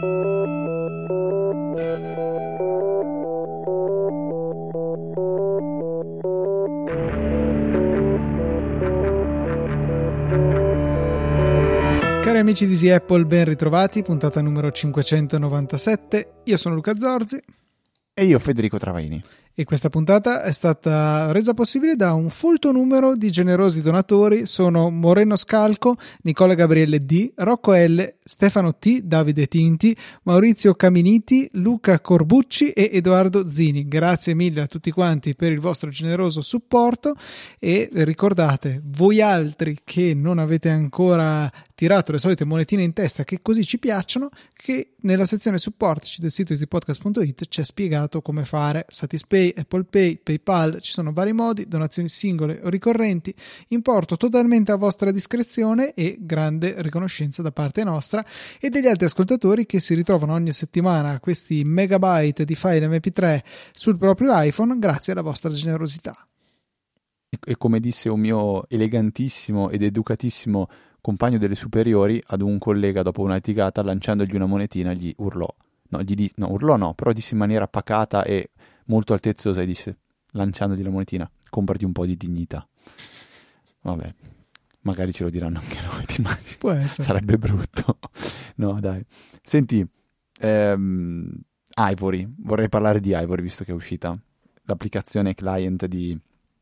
Cari amici di Easy Apple, ben ritrovati, puntata numero 597. Io sono Luca Zorzi. E io Federico Travaini. E questa puntata è stata resa possibile da un folto numero di generosi donatori. Sono Moreno Scalco, Nicola Gabriele D, Rocco L, Stefano T, Davide Tinti, Maurizio Caminiti, Luca Corbucci e Edoardo Zini. Grazie mille a tutti quanti per il vostro generoso supporto e ricordate, voi altri che non avete ancora tirato le solite monetine in testa che così ci piacciono, che nella sezione supportaci del sito easypodcast.it c'è spiegato come fare Satispay, Apple Pay, PayPal, ci sono vari modi, donazioni singole o ricorrenti, importo totalmente a vostra discrezione e grande riconoscenza da parte nostra e degli altri ascoltatori che si ritrovano ogni settimana questi megabyte di file MP3 sul proprio iPhone grazie alla vostra generosità. E come disse un mio elegantissimo ed educatissimo compagno delle superiori ad un collega dopo una litigata, lanciandogli una monetina gli urlò, però disse in maniera pacata e molto altezzosa e disse, lanciandogli la monetina, comprati un po' di dignità. Vabbè, magari ce lo diranno anche noi, ti immagini? Può essere. Sarebbe brutto. No, dai. Senti, Ivory, vorrei parlare di Ivory visto che è uscita l'applicazione client di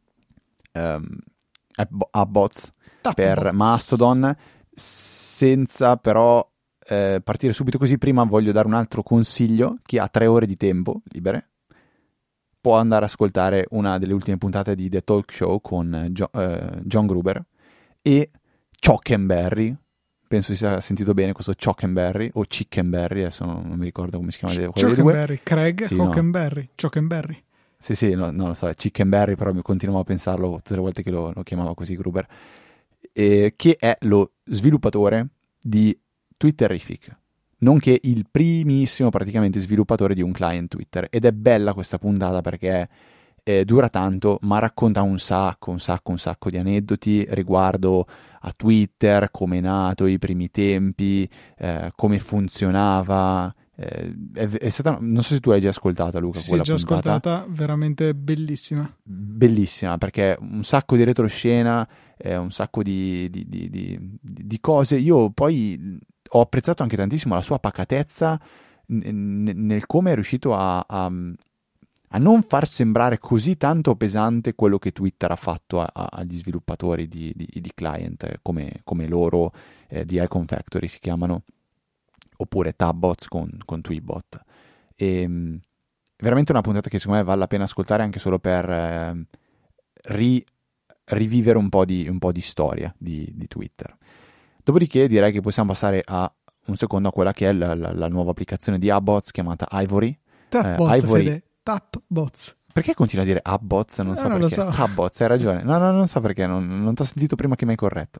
Abbots per Mastodon, senza però partire subito così. Prima voglio dare un altro consiglio: chi ha 3 ore di tempo libere può andare ad ascoltare una delle ultime puntate di The Talk Show con John Gruber e Chockenberry. Penso si sia sentito bene questo Chockenberry o Chickenberry, adesso non mi ricordo come si chiama. Chockenberry, Craig sì, Hockenberry, no. Chockenberry. Sì, no, non lo so, è Chickenberry, però mi continuavo a pensarlo tutte le volte che lo chiamava così Gruber, che è lo sviluppatore di Twitterific, nonché il primissimo praticamente sviluppatore di un client Twitter. Ed è bella questa puntata perché dura tanto, ma racconta un sacco di aneddoti riguardo a Twitter, come è nato, i primi tempi, come funzionava. È stata, non so se tu l'hai già ascoltata, Luca. Sì, già ascoltata, veramente bellissima perché un sacco di retroscena, un sacco di cose. Io poi ho apprezzato anche tantissimo la sua pacatezza nel come è riuscito a non far sembrare così tanto pesante quello che Twitter ha fatto agli sviluppatori di client come loro, di Icon Factory si chiamano, oppure Tabbots con Tweetbot. E veramente una puntata che secondo me vale la pena ascoltare anche solo per rivivere un po' di storia di Twitter. Dopodiché direi che possiamo passare a un secondo a quella che è la nuova applicazione di Abbots chiamata Ivory. Tapbots. Perché continua a dire Abbots? Non so perché. Lo so. Tabbots, hai ragione. No, non so perché, non ti ho sentito prima che mi hai corretto.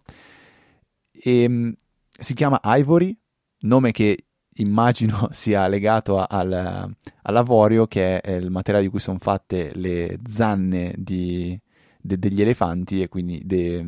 Si chiama Ivory, nome che immagino sia legato all'avorio, che è il materiale di cui sono fatte le zanne degli elefanti, e quindi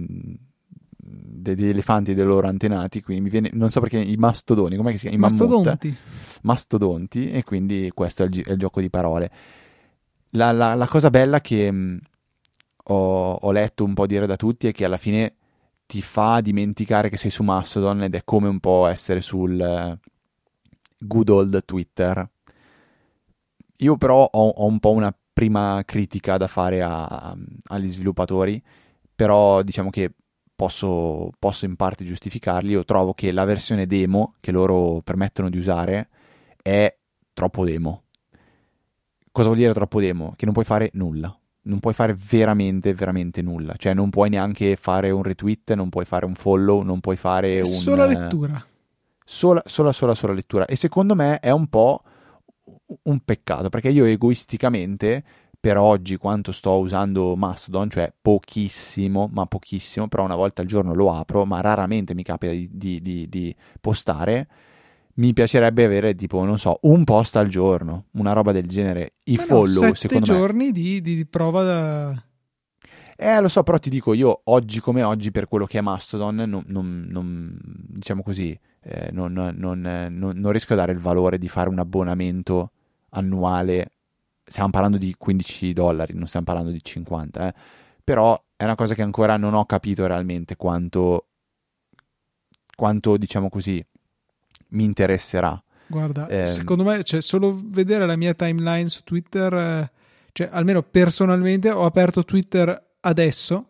degli elefanti e dei loro antenati. Quindi mi viene, non so perché, i mastodoni, com'è che si chiama? Mastodonti, e quindi questo è il gioco di parole. La cosa bella che ho letto un po' dire da tutti è che alla fine ti fa dimenticare che sei su Mastodon ed è come un po' essere sul good old Twitter. Io però ho un po' una prima critica da fare agli sviluppatori, però diciamo che posso in parte giustificarli. Io trovo che la versione demo che loro permettono di usare è troppo demo. Cosa vuol dire troppo demo? Che non puoi fare nulla. Non puoi fare veramente, veramente nulla. Cioè non puoi neanche fare un retweet, non puoi fare un follow, non puoi fare sola lettura. Sola lettura. E secondo me è un po' un peccato, perché io egoisticamente, per oggi, quanto sto usando Mastodon, cioè pochissimo, però una volta al giorno lo apro, ma raramente mi capita di postare. Mi piacerebbe avere tipo, non so, un post al giorno, una roba del genere. I follow, 7 secondo me, giorni di prova da... Lo so, però ti dico, io oggi come oggi, per quello che è Mastodon, diciamo così, non riesco a dare il valore di fare un abbonamento annuale. Stiamo parlando di $15, non stiamo parlando di 50, però è una cosa che ancora non ho capito realmente quanto diciamo così, mi interesserà. Guarda, secondo me, cioè, solo vedere la mia timeline su Twitter, cioè almeno personalmente ho aperto Twitter adesso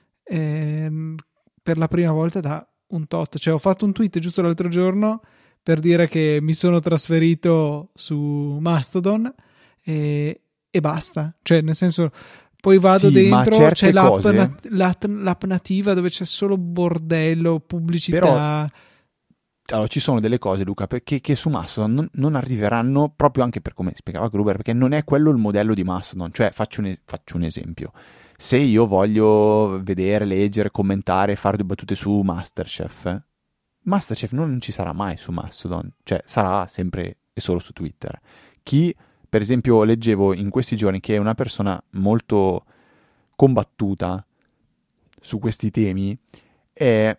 per la prima volta da un tot, cioè ho fatto un tweet giusto l'altro giorno per dire che mi sono trasferito su Mastodon e basta, cioè nel senso poi vado dentro, c'è l'app nativa dove c'è solo bordello, pubblicità. Però, allora, ci sono delle cose, Luca, che su Mastodon non arriveranno, proprio anche per come spiegava Gruber, perché non è quello il modello di Mastodon. Cioè, faccio un esempio. Se io voglio vedere, leggere, commentare, fare due battute su Masterchef non ci sarà mai su Mastodon, cioè sarà sempre e solo su Twitter. Chi, per esempio, leggevo in questi giorni che è una persona molto combattuta su questi temi, è...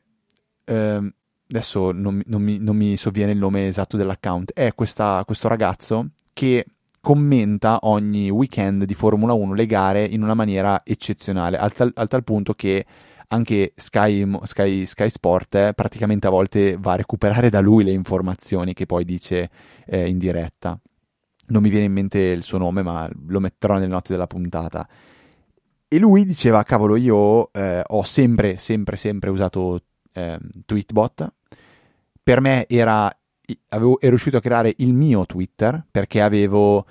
adesso non mi sovviene il nome esatto dell'account, è questo ragazzo che commenta ogni weekend di Formula 1 le gare in una maniera eccezionale, al tal punto che anche Sky Sport praticamente a volte va a recuperare da lui le informazioni che poi dice in diretta. Non mi viene in mente il suo nome, ma lo metterò nelle note della puntata. E lui diceva, cavolo, io ho sempre usato Tweetbot. Per me ero riuscito a creare il mio Twitter perché avevo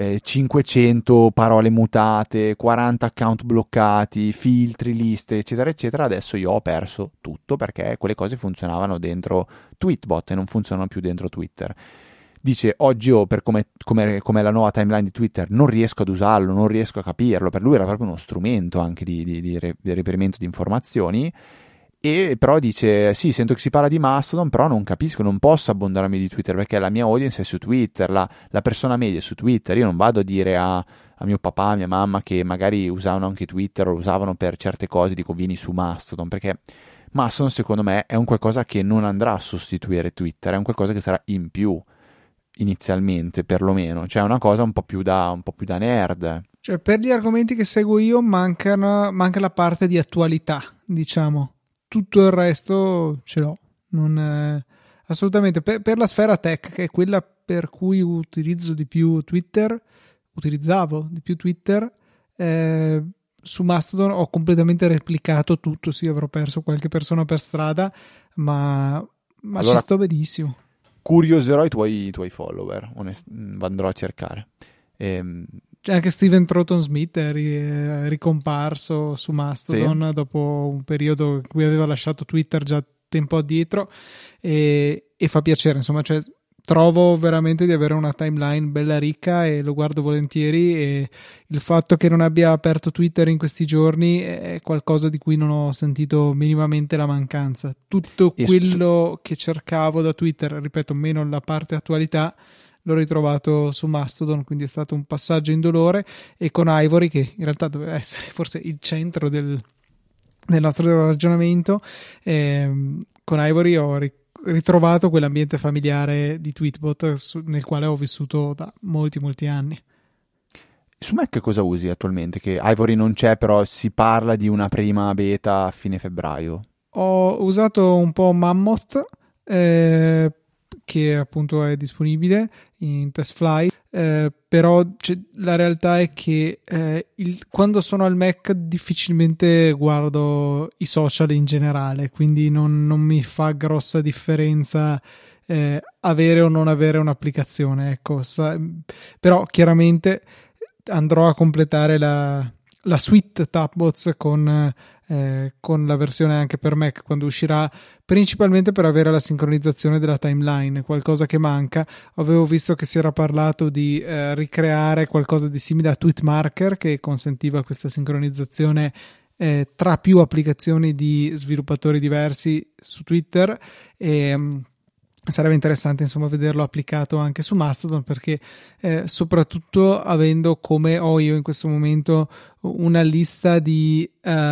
500 parole mutate, 40 account bloccati, filtri, liste, eccetera eccetera. Adesso io ho perso tutto perché quelle cose funzionavano dentro Tweetbot e non funzionano più dentro Twitter. Dice, oggi io, per come è la nuova timeline di Twitter, non riesco ad usarlo, non riesco a capirlo. Per lui era proprio uno strumento anche di reperimento di informazioni. E però dice, sì, sento che si parla di Mastodon, però non capisco, non posso abbandonarmi di Twitter perché la mia audience è su Twitter, la persona media è su Twitter. Io non vado a dire a mio papà, a mia mamma che magari usavano anche Twitter o lo usavano per certe cose, dico vieni su Mastodon, perché Mastodon secondo me è un qualcosa che non andrà a sostituire Twitter, è un qualcosa che sarà in più inizialmente, perlomeno, cioè una cosa un po' più da nerd. Cioè, per gli argomenti che seguo io manca la parte di attualità, diciamo. Tutto il resto ce l'ho, assolutamente. Per la sfera tech, che è quella per cui utilizzavo di più Twitter, su Mastodon ho completamente replicato tutto. Sì, avrò perso qualche persona per strada, ma allora, ci sto benissimo. Curioserò i tuoi follower, andrò a cercare. C'è anche Steven Troughton Smith è ricomparso su Mastodon, sì, dopo un periodo in cui aveva lasciato Twitter già tempo addietro, e fa piacere, insomma, cioè, trovo veramente di avere una timeline bella ricca e lo guardo volentieri, e il fatto che non abbia aperto Twitter in questi giorni è qualcosa di cui non ho sentito minimamente la mancanza. Tutto quello che cercavo da Twitter, ripeto, meno la parte attualità, l'ho ritrovato su Mastodon, quindi è stato un passaggio indolore, e con Ivory, che in realtà doveva essere forse il centro del nostro ragionamento, con Ivory ho ritrovato quell'ambiente familiare di Tweetbot nel quale ho vissuto da molti anni. Su Mac cosa usi attualmente? Che Ivory non c'è, però si parla di una prima beta a fine febbraio. Ho usato un po' Mammoth, che appunto è disponibile in TestFlight, però la realtà è che quando sono al Mac difficilmente guardo i social in generale, quindi non mi fa grossa differenza avere o non avere un'applicazione, ecco. Però chiaramente andrò a completare la suite Tapbots con la versione anche per Mac quando uscirà, principalmente per avere la sincronizzazione della timeline, qualcosa che manca. Avevo visto che si era parlato di ricreare qualcosa di simile a Tweetmarker, che consentiva questa sincronizzazione tra più applicazioni di sviluppatori diversi su Twitter, e sarebbe interessante insomma vederlo applicato anche su Mastodon, perché soprattutto avendo, come ho io in questo momento, una lista di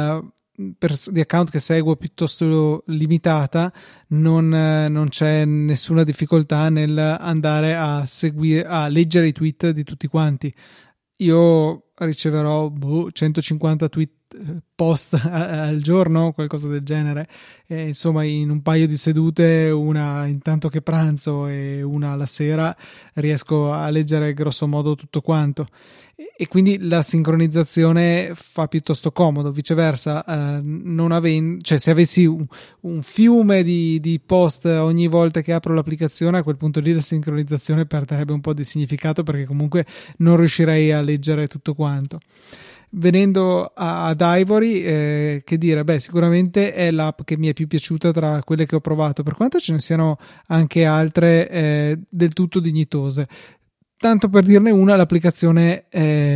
account che seguo piuttosto limitata, non c'è nessuna difficoltà nel andare a leggere i tweet di tutti quanti. Io riceverò 150 tweet post al giorno, qualcosa del genere, insomma in un paio di sedute, una intanto che pranzo e una la sera, riesco a leggere grosso modo tutto quanto, e quindi la sincronizzazione fa piuttosto comodo. Viceversa, cioè se avessi un fiume di post ogni volta che apro l'applicazione, a quel punto lì la sincronizzazione perderebbe un po' di significato, perché comunque non riuscirei a leggere tutto quanto. Venendo ad Ivory, che dire, sicuramente è l'app che mi è più piaciuta tra quelle che ho provato, per quanto ce ne siano anche altre del tutto dignitose. Tanto per dirne una, l'applicazione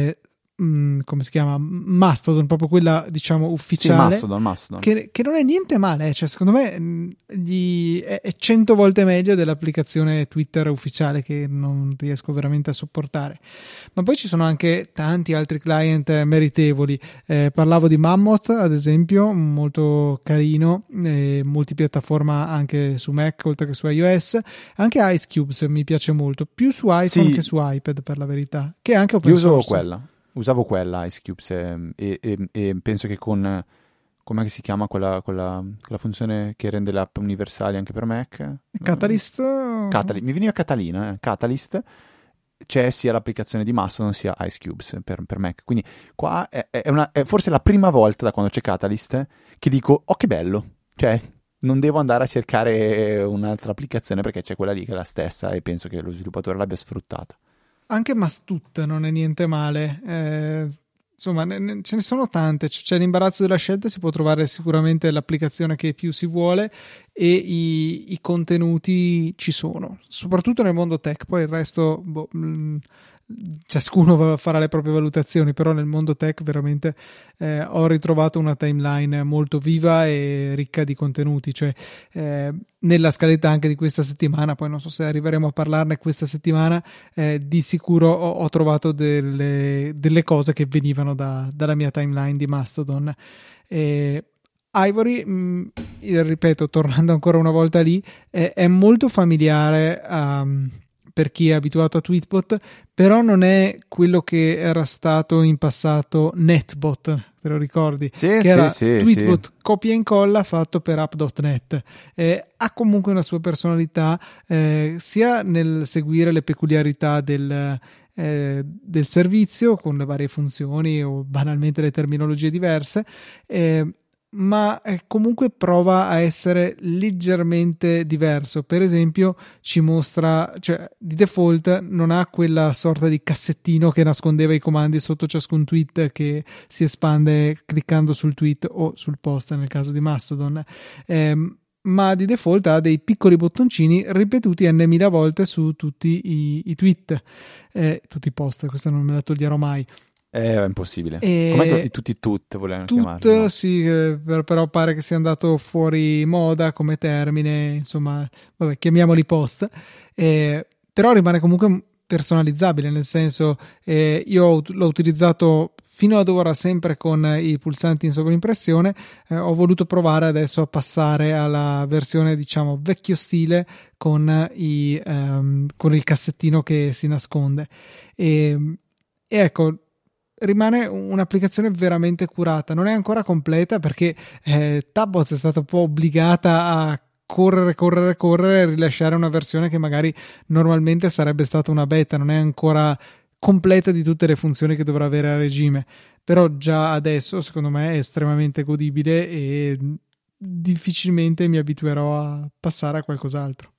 come si chiama? Mastodon, proprio quella diciamo ufficiale. Sì, Mastodon. Che non è niente male, cioè secondo me è 100 volte meglio dell'applicazione Twitter ufficiale, che non riesco veramente a sopportare. Ma poi ci sono anche tanti altri client meritevoli. Parlavo di Mammoth, ad esempio, molto carino, multipiattaforma anche su Mac oltre che su iOS. Anche Ice Cubes mi piace molto, più su iPhone che su iPad, per la verità, che è anche open source. Usavo quella Ice Cubes e penso che con come si chiama quella funzione che rende le app universali anche per Mac? Catalyst? Mi veniva Catalina, Catalyst. C'è sia l'applicazione di Mastodon sia Ice Cubes per Mac, quindi qua è forse la prima volta da quando c'è Catalyst che dico oh che bello, cioè non devo andare a cercare un'altra applicazione perché c'è quella lì che è la stessa e penso che lo sviluppatore l'abbia sfruttata. Anche Mastut non è niente male, insomma ce ne sono tante, c'è l'imbarazzo della scelta, si può trovare sicuramente l'applicazione che più si vuole e i contenuti ci sono, soprattutto nel mondo tech. Poi il resto ciascuno farà le proprie valutazioni, però nel mondo tech veramente ho ritrovato una timeline molto viva e ricca di contenuti, cioè nella scaletta anche di questa settimana, poi non so se arriveremo a parlarne questa settimana, di sicuro ho trovato delle cose che venivano dalla mia timeline di Mastodon. Ivory, ripeto, tornando ancora una volta lì, è molto familiare per chi è abituato a Tweetbot, però non è quello che era stato in passato Netbot, te lo ricordi? Sì, che era sì, Tweetbot sì. copia e incolla fatto per app.net. Ha comunque una sua personalità, sia nel seguire le peculiarità del servizio con le varie funzioni o banalmente le terminologie diverse, ma comunque prova a essere leggermente diverso. Per esempio ci mostra, cioè di default non ha quella sorta di cassettino che nascondeva i comandi sotto ciascun tweet che si espande cliccando sul tweet o sul post nel caso di Mastodon, ma di default ha dei piccoli bottoncini ripetuti n.000 volte su tutti i tweet, tutti i post, questo non me la toglierò mai. È impossibile. Com'è che tutti volevano chiamarli? No? Sì, però pare che sia andato fuori moda come termine, insomma, vabbè, chiamiamoli post. Però rimane comunque personalizzabile, nel senso, io l'ho utilizzato fino ad ora sempre con i pulsanti in sovrimpressione, ho voluto provare adesso a passare alla versione diciamo vecchio stile con il cassettino che si nasconde, e ecco, rimane un'applicazione veramente curata. Non è ancora completa perché Tabbots è stata un po' obbligata a correre e rilasciare una versione che magari normalmente sarebbe stata una beta, non è ancora completa di tutte le funzioni che dovrà avere a regime, però già adesso secondo me è estremamente godibile e difficilmente mi abituerò a passare a qualcos'altro.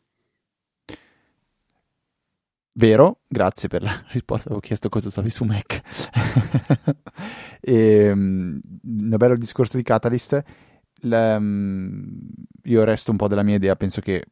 Vero, grazie per la risposta, avevo chiesto cosa usavi su Mac. Bello il discorso di Catalyst. Io resto un po' della mia idea, penso che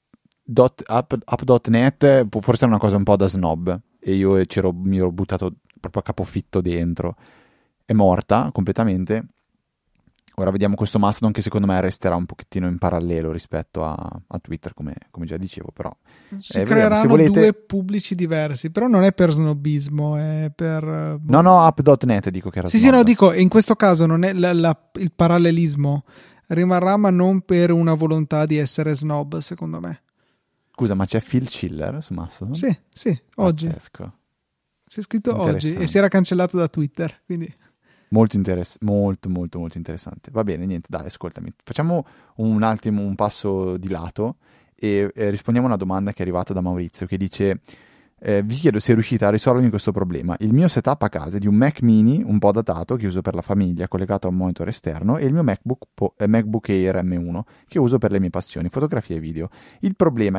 app.net può forse essere una cosa un po' da snob, e io mi ero buttato proprio a capofitto dentro. È morta completamente. Ora vediamo questo Mastodon che secondo me resterà un pochettino in parallelo rispetto a Twitter, come già dicevo, però si creeranno se volete... due pubblici diversi, però non è per snobismo, è per... No, app.net dico che era Sì, no, dico, in questo caso non è il parallelismo rimarrà, ma non per una volontà di essere snob, secondo me. Scusa, ma c'è Phil Schiller su Mastodon? Sì, oggi. Pazzesco. Si è scritto oggi e si era cancellato da Twitter, quindi... Molto interessante. Va bene, niente, dai, ascoltami. Facciamo un attimo un passo di lato e rispondiamo a una domanda che è arrivata da Maurizio che dice: vi chiedo se riuscite a risolvermi questo problema. Il mio setup a casa è di un Mac mini un po' datato che uso per la famiglia, collegato a un monitor esterno, e il mio MacBook Air M1 che uso per le mie passioni, fotografia e video. Il problema è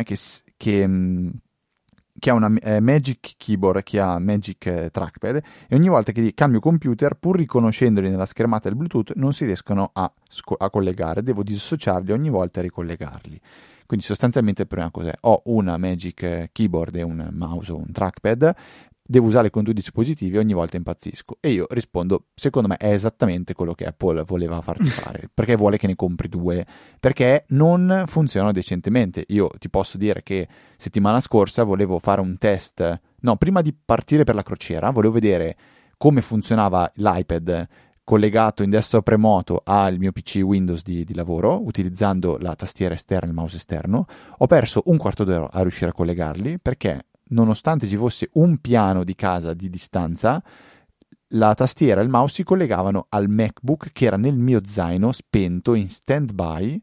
che ha una Magic Keyboard, che ha Magic Trackpad, e ogni volta che cambio computer, pur riconoscendoli nella schermata del Bluetooth, non si riescono a collegare, devo dissociarli ogni volta e ricollegarli. Quindi sostanzialmente il problema cos'è? Ho una Magic Keyboard e un mouse o un trackpad, devo usarli con due dispositivi e ogni volta impazzisco. E io rispondo, secondo me è esattamente quello che Apple voleva farti fare, perché vuole che ne compri due, perché non funzionano decentemente. Io ti posso dire che settimana scorsa volevo fare un test, prima di partire per la crociera, volevo vedere come funzionava l'iPad collegato in desktop remoto al mio PC Windows di lavoro, utilizzando la tastiera esterna e il mouse esterno. Ho perso un quarto d'ora a riuscire a collegarli, perché nonostante ci fosse un piano di casa di distanza, la tastiera e il mouse si collegavano al MacBook che era nel mio zaino spento in stand-by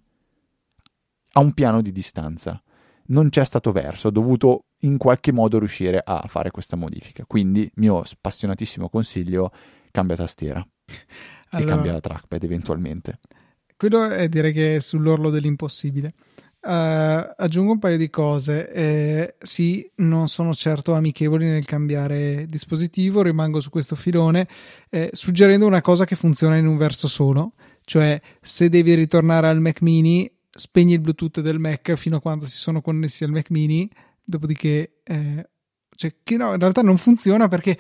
a un piano di distanza. Non c'è stato verso, ho dovuto in qualche modo riuscire a fare questa modifica. Quindi, mio spassionatissimo consiglio, cambia tastiera e cambia trackpad eventualmente. Quello è, direi che è sull'orlo dell'impossibile. Aggiungo un paio di cose. Sì, non sono certo amichevoli nel cambiare dispositivo, rimango su questo filone, suggerendo una cosa che funziona in un verso solo, cioè se devi ritornare al Mac mini, spegni il Bluetooth del Mac fino a quando si sono connessi al Mac mini, dopodiché che no, in realtà non funziona, perché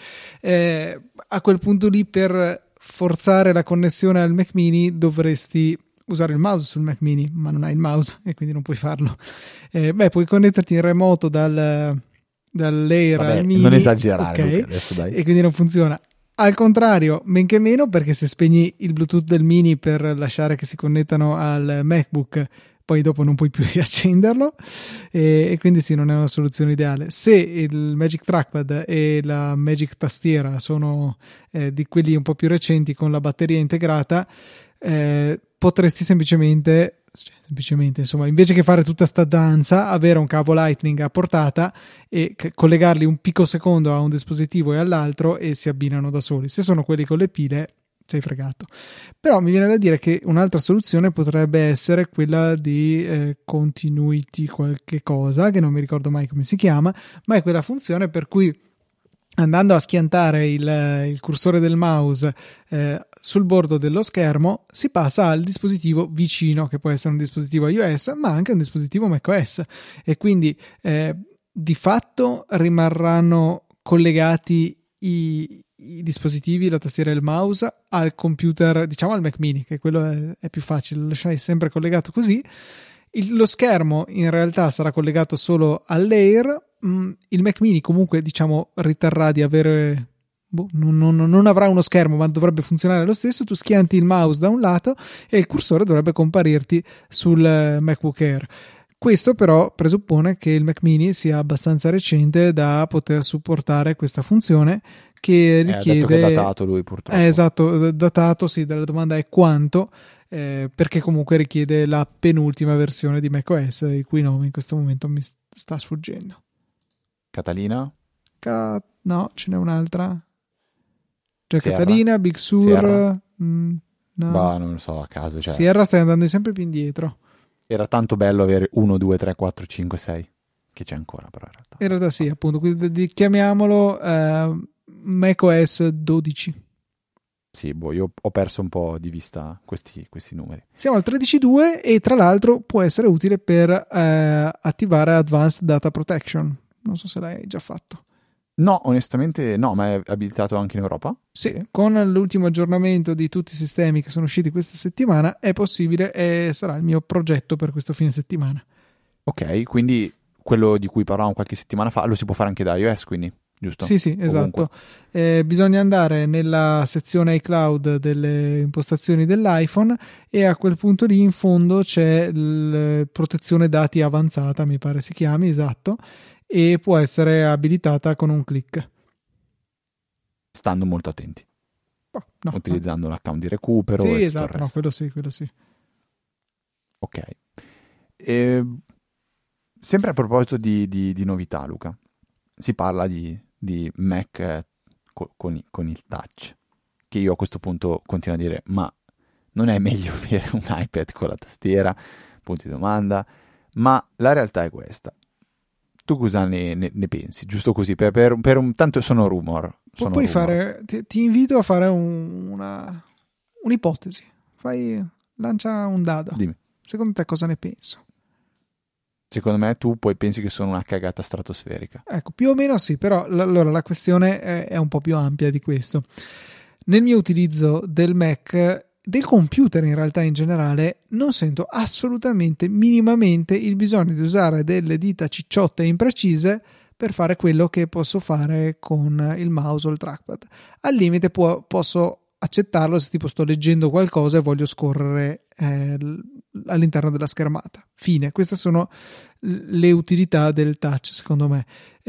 a quel punto lì, per forzare la connessione al Mac mini dovresti usare il mouse sul Mac mini, ma non hai il mouse e quindi non puoi farlo. Puoi connetterti in remoto dall'Air al mini. Non esagerare, okay, Luca, adesso dai. E quindi non funziona. Al contrario, men che meno, perché se spegni il Bluetooth del mini per lasciare che si connettano al MacBook, poi dopo non puoi più riaccenderlo, e quindi sì, non è una soluzione ideale. Se il Magic Trackpad e la Magic Tastiera sono di quelli un po' più recenti con la batteria integrata, potresti semplicemente, insomma, invece che fare tutta sta danza, avere un cavo Lightning a portata e collegarli un picosecondo a un dispositivo e all'altro, e si abbinano da soli. Se sono quelli con le pile, sei fregato. Però mi viene da dire che un'altra soluzione potrebbe essere quella di continuity qualche cosa, che non mi ricordo mai come si chiama, ma è quella funzione per cui, andando a schiantare il cursore del mouse sul bordo dello schermo, si passa al dispositivo vicino, che può essere un dispositivo iOS ma anche un dispositivo macOS, e quindi di fatto rimarranno collegati i dispositivi, la tastiera e il mouse, al computer, diciamo al Mac mini, che quello è più facile, lo lasciai sempre collegato così. Lo schermo in realtà sarà collegato solo all'Air. Il Mac mini comunque, diciamo, riterrà di avere non avrà uno schermo, ma dovrebbe funzionare lo stesso. Tu schianti il mouse da un lato e il cursore dovrebbe comparirti sul MacBook Air. Questo però presuppone che il Mac mini sia abbastanza recente da poter supportare questa funzione, che richiede... Ha detto che è datato lui, purtroppo. Esatto, datato, sì. La domanda è quanto, perché comunque richiede la penultima versione di macOS, il cui nome in questo momento mi sta sfuggendo. Catalina? No, ce n'è un'altra. Cioè Sierra. Catalina, Big Sur... no. Bah, non lo so, a caso. Cioè... Sierra stai andando sempre più indietro. Era tanto bello avere 1, 2, 3, 4, 5, 6, che c'è ancora però in realtà. In realtà sì, appunto, quindi chiamiamolo macOS 12. Sì, io ho perso un po' di vista questi numeri. Siamo al 13.2 e tra l'altro può essere utile per attivare Advanced Data Protection. Non so se l'hai già fatto. No, onestamente no, ma è abilitato anche in Europa? Sì, con l'ultimo aggiornamento di tutti i sistemi che sono usciti questa settimana è possibile e sarà il mio progetto per questo fine settimana. Ok, quindi quello di cui parlavamo qualche settimana fa lo si può fare anche da iOS, quindi, giusto? Sì, esatto. Bisogna andare nella sezione iCloud delle impostazioni dell'iPhone e a quel punto lì in fondo c'è protezione dati avanzata, mi pare si chiami, esatto, e può essere abilitata con un click. Stando molto attenti. Oh, no, utilizzando l'account di recupero. Sì, e esatto, tutto il resto. quello sì. Ok. Sempre a proposito di novità, Luca, si parla di Mac con il touch, che io a questo punto continuo a dire, ma non è meglio avere un iPad con la tastiera? Punto di domanda. Ma la realtà è questa. Tu cosa ne pensi? Giusto così, per un tanto sono rumor. Puoi fare, ti invito a fare un'ipotesi. Lancia un dado. Dimmi. Secondo te cosa ne penso? Secondo me tu poi pensi che sono una cagata stratosferica. Ecco, più o meno sì, però allora la questione è un po' più ampia di questo. Nel mio utilizzo del Mac, del computer in realtà in generale, non sento assolutamente, minimamente il bisogno di usare delle dita cicciotte e imprecise per fare quello che posso fare con il mouse o il trackpad. Al limite posso accettarlo se tipo sto leggendo qualcosa e voglio scorrere all'interno della schermata. Fine, queste sono le utilità del touch secondo me.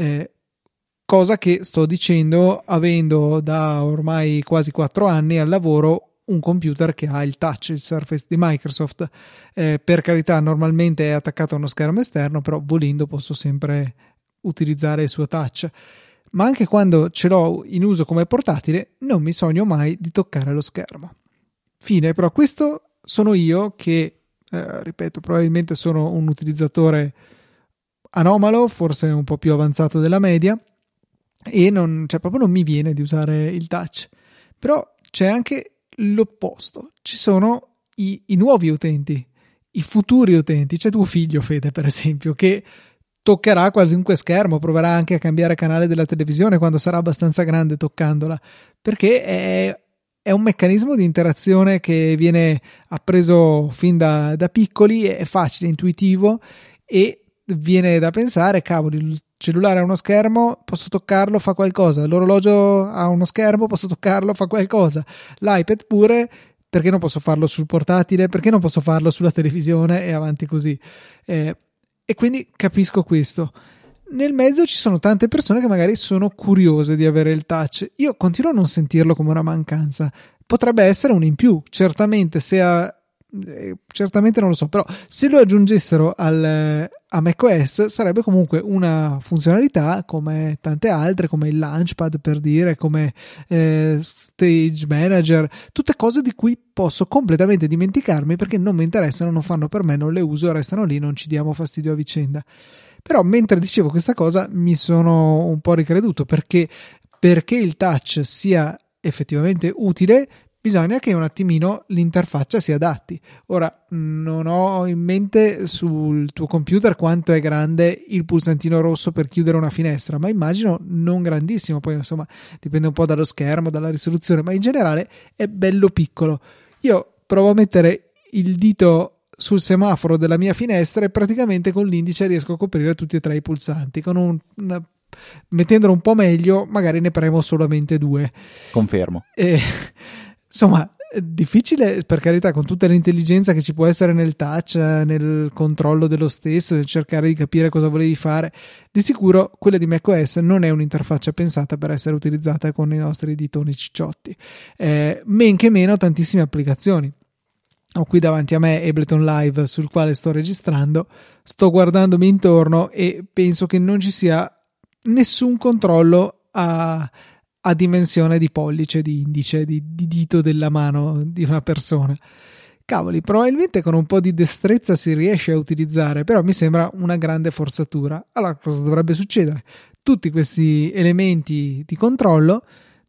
Cosa che sto dicendo avendo da ormai quasi 4 anni al lavoro un computer che ha il touch, il Surface di Microsoft. Per carità, normalmente è attaccato a uno schermo esterno, però volendo posso sempre utilizzare il suo touch. Ma anche quando ce l'ho in uso come portatile non mi sogno mai di toccare lo schermo. Fine, però questo sono io che, ripeto, probabilmente sono un utilizzatore anomalo, forse un po' più avanzato della media, e proprio non mi viene di usare il touch. Però c'è anche l'opposto, ci sono i nuovi utenti, i futuri utenti. C'è tuo figlio, Fede, per esempio, che toccherà qualunque schermo, proverà anche a cambiare canale della televisione quando sarà abbastanza grande toccandola, perché è un meccanismo di interazione che viene appreso fin da piccoli, è facile, intuitivo e viene da pensare, cavoli, il cellulare ha uno schermo, posso toccarlo, fa qualcosa, l'orologio ha uno schermo, posso toccarlo, fa qualcosa, l'iPad pure, perché non posso farlo sul portatile, perché non posso farlo sulla televisione e avanti così. E quindi capisco questo. Nel mezzo ci sono tante persone che magari sono curiose di avere il touch. Io continuo a non sentirlo come una mancanza. Potrebbe essere un in più, certamente certamente non lo so, però se lo aggiungessero a macOS sarebbe comunque una funzionalità come tante altre, come il Launchpad per dire, come Stage Manager, tutte cose di cui posso completamente dimenticarmi perché non mi interessano, non fanno per me, non le uso, restano lì, non ci diamo fastidio a vicenda. Però mentre dicevo questa cosa mi sono un po' ricreduto perché il touch sia effettivamente utile bisogna che un attimino l'interfaccia si adatti. Ora, non ho in mente sul tuo computer quanto è grande il pulsantino rosso per chiudere una finestra, ma immagino non grandissimo, poi insomma dipende un po' dallo schermo, dalla risoluzione, ma in generale è bello piccolo. Io provo a mettere il dito sul semaforo della mia finestra e praticamente con l'indice riesco a coprire tutti e 3 i pulsanti. Mettendolo un po' meglio, magari ne premo solamente 2. Confermo. Insomma, è difficile, per carità, con tutta l'intelligenza che ci può essere nel touch, nel controllo dello stesso, nel cercare di capire cosa volevi fare. Di sicuro quella di macOS non è un'interfaccia pensata per essere utilizzata con i nostri ditoni cicciotti. Men che meno tantissime applicazioni. Ho qui davanti a me Ableton Live sul quale sto registrando, sto guardandomi intorno e penso che non ci sia nessun controllo a dimensione di pollice, di indice, di dito della mano di una persona. Cavoli, probabilmente con un po' di destrezza si riesce a utilizzare, però mi sembra una grande forzatura. Allora cosa dovrebbe succedere? Tutti questi elementi di controllo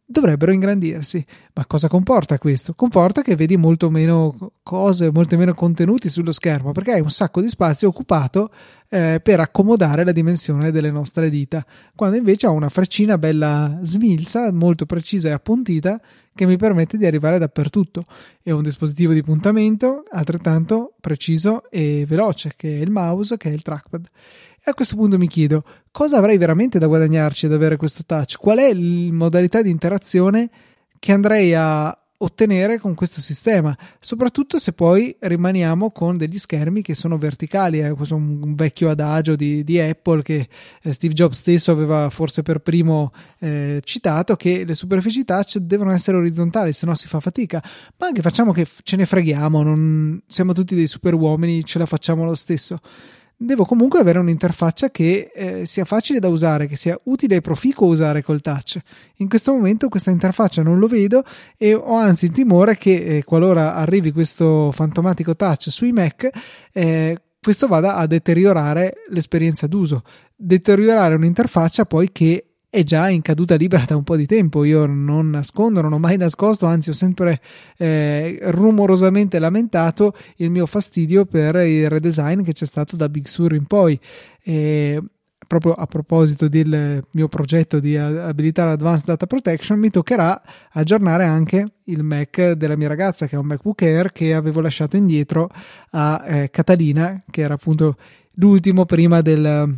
dovrebbero ingrandirsi. Ma cosa comporta questo? Comporta che vedi molto meno cose, molto meno contenuti sullo schermo, perché hai un sacco di spazio occupato per accomodare la dimensione delle nostre dita, quando invece ho una freccina bella smilza, molto precisa e appuntita, che mi permette di arrivare dappertutto. E un dispositivo di puntamento altrettanto preciso e veloce, che è il mouse, che è il trackpad. E a questo punto mi chiedo, cosa avrei veramente da guadagnarci ad avere questo touch? Qual è la modalità di interazione che andrei a ottenere con questo sistema? Soprattutto se poi rimaniamo con degli schermi che sono verticali. Questo è un vecchio adagio di Apple che Steve Jobs stesso aveva forse per primo citato, che le superfici touch devono essere orizzontali, se no si fa fatica. Ma anche facciamo che ce ne freghiamo, non siamo tutti dei super uomini, ce la facciamo lo stesso. Devo comunque avere un'interfaccia che sia facile da usare, che sia utile e proficuo usare col touch. In questo momento questa interfaccia non lo vedo e ho anzi il timore che qualora arrivi questo fantomatico touch sui Mac, questo vada a deteriorare l'esperienza d'uso, deteriorare un'interfaccia poi che è già in caduta libera da un po' di tempo. Io non nascondo, non ho mai nascosto, anzi ho sempre rumorosamente lamentato il mio fastidio per il redesign che c'è stato da Big Sur in poi. Proprio a proposito del mio progetto di abilitare Advanced Data Protection, mi toccherà aggiornare anche il Mac della mia ragazza, che è un MacBook Air che avevo lasciato indietro a Catalina, che era appunto l'ultimo prima del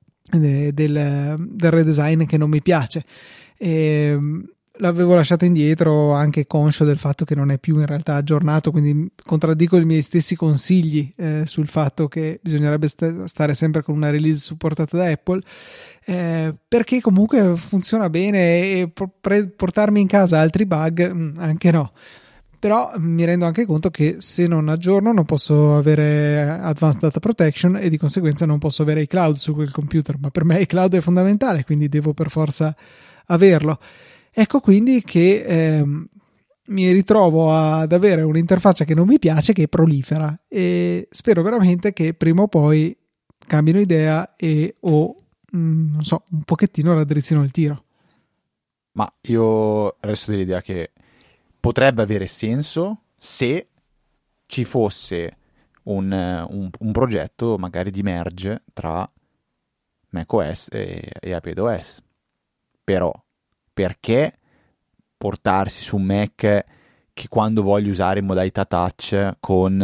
redesign che non mi piace. L'avevo lasciato indietro anche conscio del fatto che non è più in realtà aggiornato, quindi contraddico i miei stessi consigli sul fatto che bisognerebbe stare sempre con una release supportata da Apple, perché comunque funziona bene e portarmi in casa altri bug anche no. Però mi rendo anche conto che se non aggiorno non posso avere Advanced Data Protection e di conseguenza non posso avere iCloud su quel computer, ma per me iCloud è fondamentale, quindi devo per forza averlo. Ecco quindi che mi ritrovo ad avere un'interfaccia che non mi piace, che prolifera, e spero veramente che prima o poi cambino idea o non so, un pochettino raddrizzino il tiro. Ma io resto dell'idea che potrebbe avere senso se ci fosse un progetto magari di merge tra macOS e iPadOS. Però perché portarsi su un Mac che quando voglio usare in modalità touch con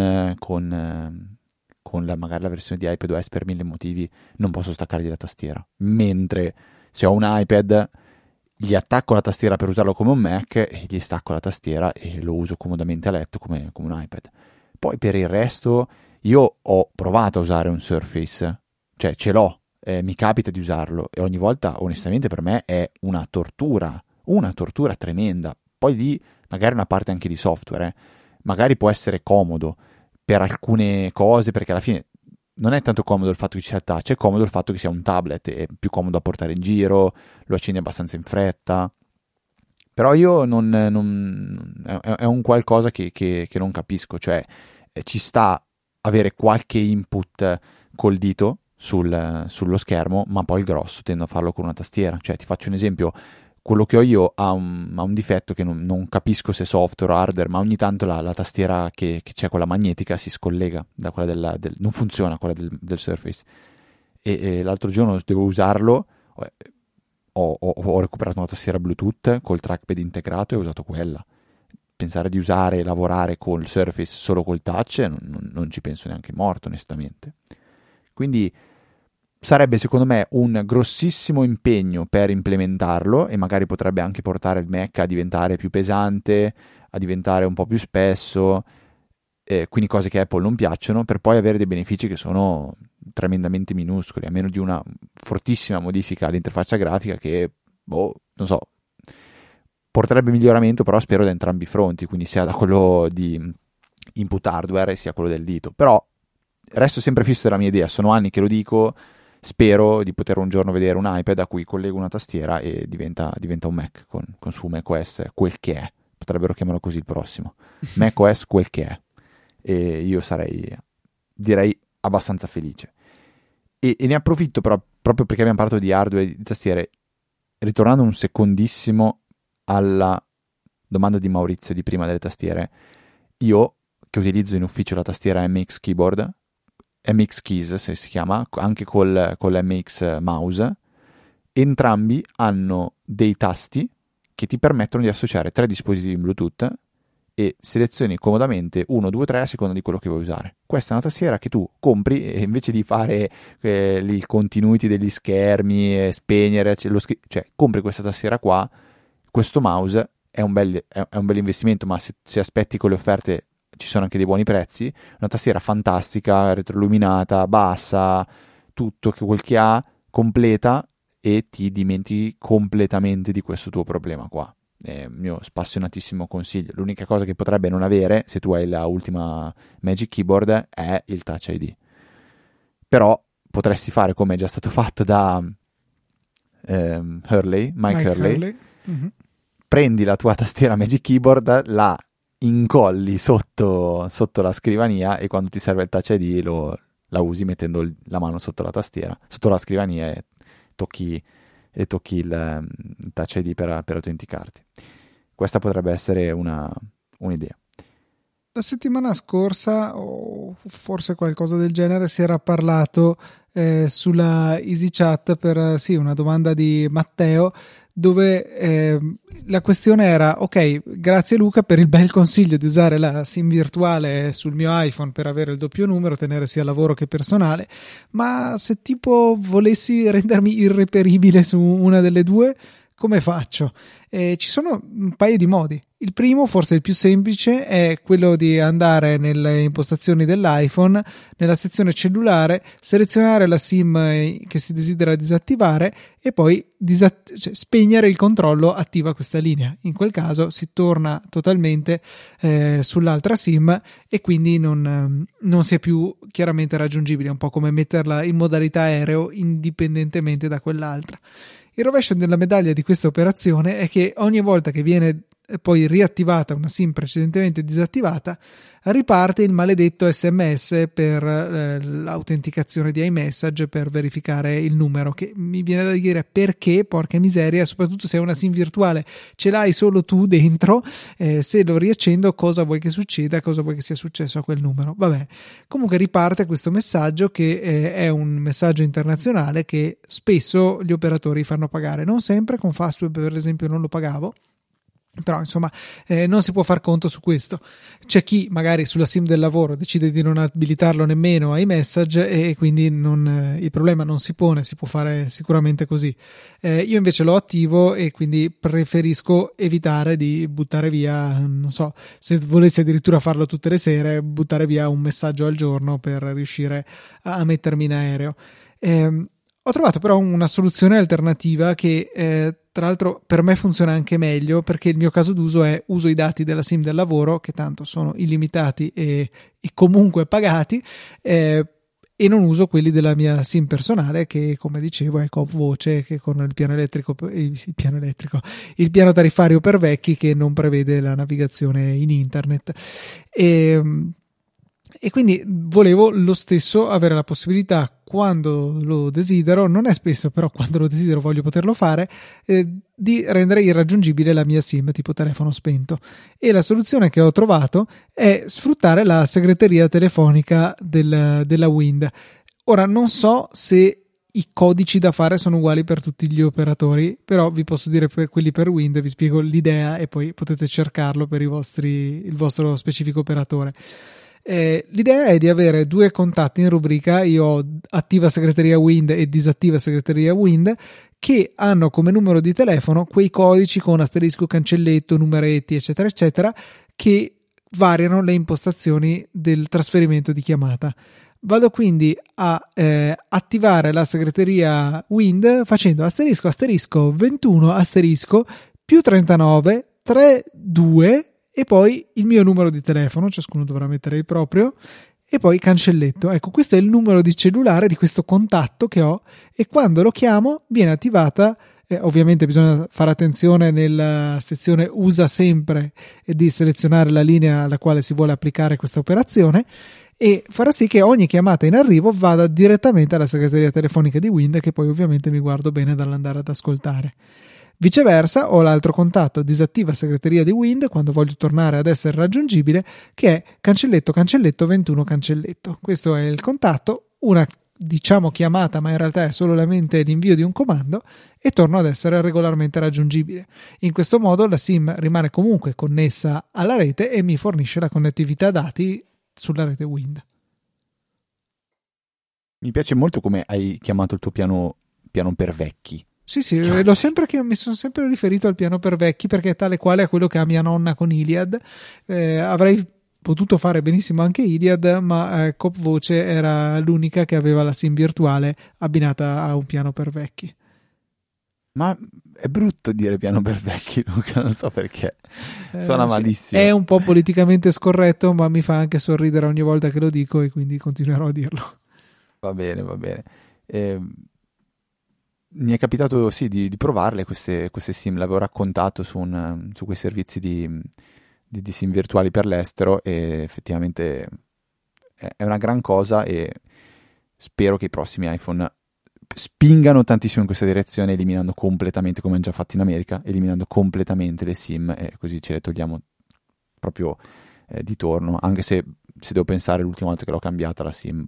magari la versione di iPadOS per 1000 motivi non posso staccargli la tastiera, mentre se ho un iPad gli attacco la tastiera per usarlo come un Mac e gli stacco la tastiera e lo uso comodamente a letto come un iPad. Poi per il resto io ho provato a usare un Surface, cioè ce l'ho, mi capita di usarlo e ogni volta onestamente per me è una tortura tremenda. Poi lì magari una parte anche di software, magari può essere comodo per alcune cose, perché alla fine non è tanto comodo il fatto che ci sia il touch, è comodo il fatto che sia un tablet, è più comodo da portare in giro, lo accendi abbastanza in fretta. Però io è un qualcosa che non capisco, cioè ci sta avere qualche input col dito sullo schermo, ma poi il grosso tendo a farlo con una tastiera. Cioè ti faccio un esempio, quello che ho io ha un difetto che non capisco se software o hardware, ma ogni tanto la tastiera che c'è, quella magnetica, si scollega da quella non funziona quella del Surface. E l'altro giorno devo usarlo, ho recuperato una tastiera Bluetooth col trackpad integrato e ho usato quella. Pensare di usare e lavorare col Surface solo col touch non ci penso neanche morto, onestamente. Quindi sarebbe secondo me un grossissimo impegno per implementarlo e magari potrebbe anche portare il Mac a diventare più pesante, a diventare un po' più spesso, quindi cose che a Apple non piacciono, per poi avere dei benefici che sono tremendamente minuscoli, a meno di una fortissima modifica all'interfaccia grafica che, non so, porterebbe miglioramento, però spero da entrambi i fronti, quindi sia da quello di input hardware sia quello del dito. Però resto sempre fisso della mia idea, sono anni che lo dico. Spero di poter un giorno vedere un iPad a cui collego una tastiera e diventa un Mac con su macOS quel che è. Potrebbero chiamarlo così il prossimo. macOS quel che è. E io sarei, direi, abbastanza felice. E ne approfitto però, proprio perché abbiamo parlato di hardware e di tastiere, ritornando un secondissimo alla domanda di Maurizio di prima delle tastiere, io che utilizzo in ufficio la tastiera MX Keyboard, MX Keys se si chiama, anche con l'MX Mouse, entrambi hanno dei tasti che ti permettono di associare 3 dispositivi Bluetooth e selezioni comodamente 1, 2, 3 a seconda di quello che vuoi usare. Questa è una tastiera che tu compri e invece di fare il continuity degli schermi, spegnere, cioè compri questa tastiera qua, questo mouse è un bel investimento, ma se aspetti con le offerte ci sono anche dei buoni prezzi. Una tastiera fantastica, retroilluminata, bassa, tutto quel che ha, completa, e ti dimentichi completamente di questo tuo problema qua. È il mio spassionatissimo consiglio. L'unica cosa che potrebbe non avere, se tu hai la ultima Magic Keyboard, è il Touch ID. Però potresti fare come è già stato fatto da Mike Hurley. Mm-hmm. Prendi la tua tastiera Magic Keyboard, la incolli sotto la scrivania, e quando ti serve il Touch ID la usi mettendo la mano sotto la tastiera, sotto la scrivania, e tocchi il Touch ID per autenticarti. Questa potrebbe essere un'idea. La settimana scorsa, o forse qualcosa del genere, si era parlato sulla EasyChat per una domanda di Matteo, dove la questione era: ok, grazie Luca per il bel consiglio di usare la SIM virtuale sul mio iPhone per avere il doppio numero, tenere sia lavoro che personale, ma se tipo volessi rendermi irreperibile su una delle due, come faccio? Ci sono un paio di modi. Il primo, forse il più semplice, è quello di andare nelle impostazioni dell'iPhone, nella sezione cellulare, selezionare la SIM che si desidera disattivare e poi spegnere il controllo attiva questa linea. In quel caso si torna totalmente sull'altra SIM e quindi non si è più chiaramente raggiungibile, un po' come metterla in modalità aereo indipendentemente da quell'altra. Il rovescio della medaglia di questa operazione è che ogni volta che viene poi riattivata una SIM precedentemente disattivata, riparte il maledetto SMS per l'autenticazione di iMessage per verificare il numero, che mi viene da dire perché, porca miseria, soprattutto se è una SIM virtuale, ce l'hai solo tu dentro, se lo riaccendo cosa vuoi che succeda, cosa vuoi che sia successo a quel numero. Vabbè, comunque riparte questo messaggio che è un messaggio internazionale che spesso gli operatori fanno pagare, non sempre. Con Fastweb per esempio non lo pagavo, però insomma non si può far conto su questo. C'è chi magari sulla SIM del lavoro decide di non abilitarlo nemmeno ai message e quindi il problema non si pone, si può fare sicuramente così. Io invece lo attivo e quindi preferisco evitare di buttare via, non so, se volessi addirittura farlo tutte le sere, buttare via un messaggio al giorno per riuscire a mettermi in aereo. Ho trovato però una soluzione alternativa che tra l'altro per me funziona anche meglio, perché il mio caso d'uso è: uso i dati della SIM del lavoro, che tanto sono illimitati e comunque pagati, e non uso quelli della mia SIM personale, che come dicevo è Coop Voce, che con il piano tariffario per vecchi, che non prevede la navigazione in internet. E quindi volevo lo stesso avere la possibilità, quando lo desidero, non è spesso però quando lo desidero voglio poterlo fare, di rendere irraggiungibile la mia SIM tipo telefono spento. E la soluzione che ho trovato è sfruttare la segreteria telefonica della Wind. Ora non so se i codici da fare sono uguali per tutti gli operatori, però vi posso dire per quelli per Wind, vi spiego l'idea e poi potete cercarlo per il vostro specifico operatore. L'idea è di avere 2 contatti in rubrica: io ho attiva segreteria Wind e disattiva segreteria Wind, che hanno come numero di telefono quei codici con asterisco, cancelletto, numeretti eccetera eccetera, che variano le impostazioni del trasferimento di chiamata. Vado quindi a attivare la segreteria Wind facendo asterisco asterisco 21 asterisco più 39 32 e poi il mio numero di telefono, ciascuno dovrà mettere il proprio, e poi cancelletto. Ecco, questo è il numero di cellulare di questo contatto che ho, e quando lo chiamo viene attivata. Ovviamente bisogna fare attenzione nella sezione usa sempre e di selezionare la linea alla quale si vuole applicare questa operazione, e farà sì che ogni chiamata in arrivo vada direttamente alla segreteria telefonica di Wind, che poi ovviamente mi guardo bene dall'andare ad ascoltare. Viceversa, ho l'altro contatto disattiva segreteria di Wind quando voglio tornare ad essere raggiungibile, che è cancelletto 21 cancelletto. Questo è il contatto, una diciamo chiamata, ma in realtà è solamente l'invio di un comando, e torno ad essere regolarmente raggiungibile. In questo modo la SIM rimane comunque connessa alla rete e mi fornisce la connettività dati sulla rete Wind. Mi piace molto come hai chiamato il tuo piano per vecchi. Sì, mi sono sempre riferito al piano per vecchi perché è tale quale a quello che ha mia nonna con Iliad. Avrei potuto fare benissimo anche Iliad, ma Copvoce era l'unica che aveva la SIM virtuale abbinata a un piano per vecchi. Ma è brutto dire piano per vecchi, Luca, non so perché. Suona malissimo. È un po' politicamente scorretto, ma mi fa anche sorridere ogni volta che lo dico e quindi continuerò a dirlo. Va bene. Mi è capitato di provarle queste SIM, l'avevo raccontato su quei servizi di SIM virtuali per l'estero, e effettivamente è una gran cosa, e spero che i prossimi iPhone spingano tantissimo in questa direzione, eliminando completamente, come hanno già fatto in America, eliminando completamente le SIM, e così ce le togliamo proprio di torno, anche se devo pensare l'ultima volta che l'ho cambiata la SIM,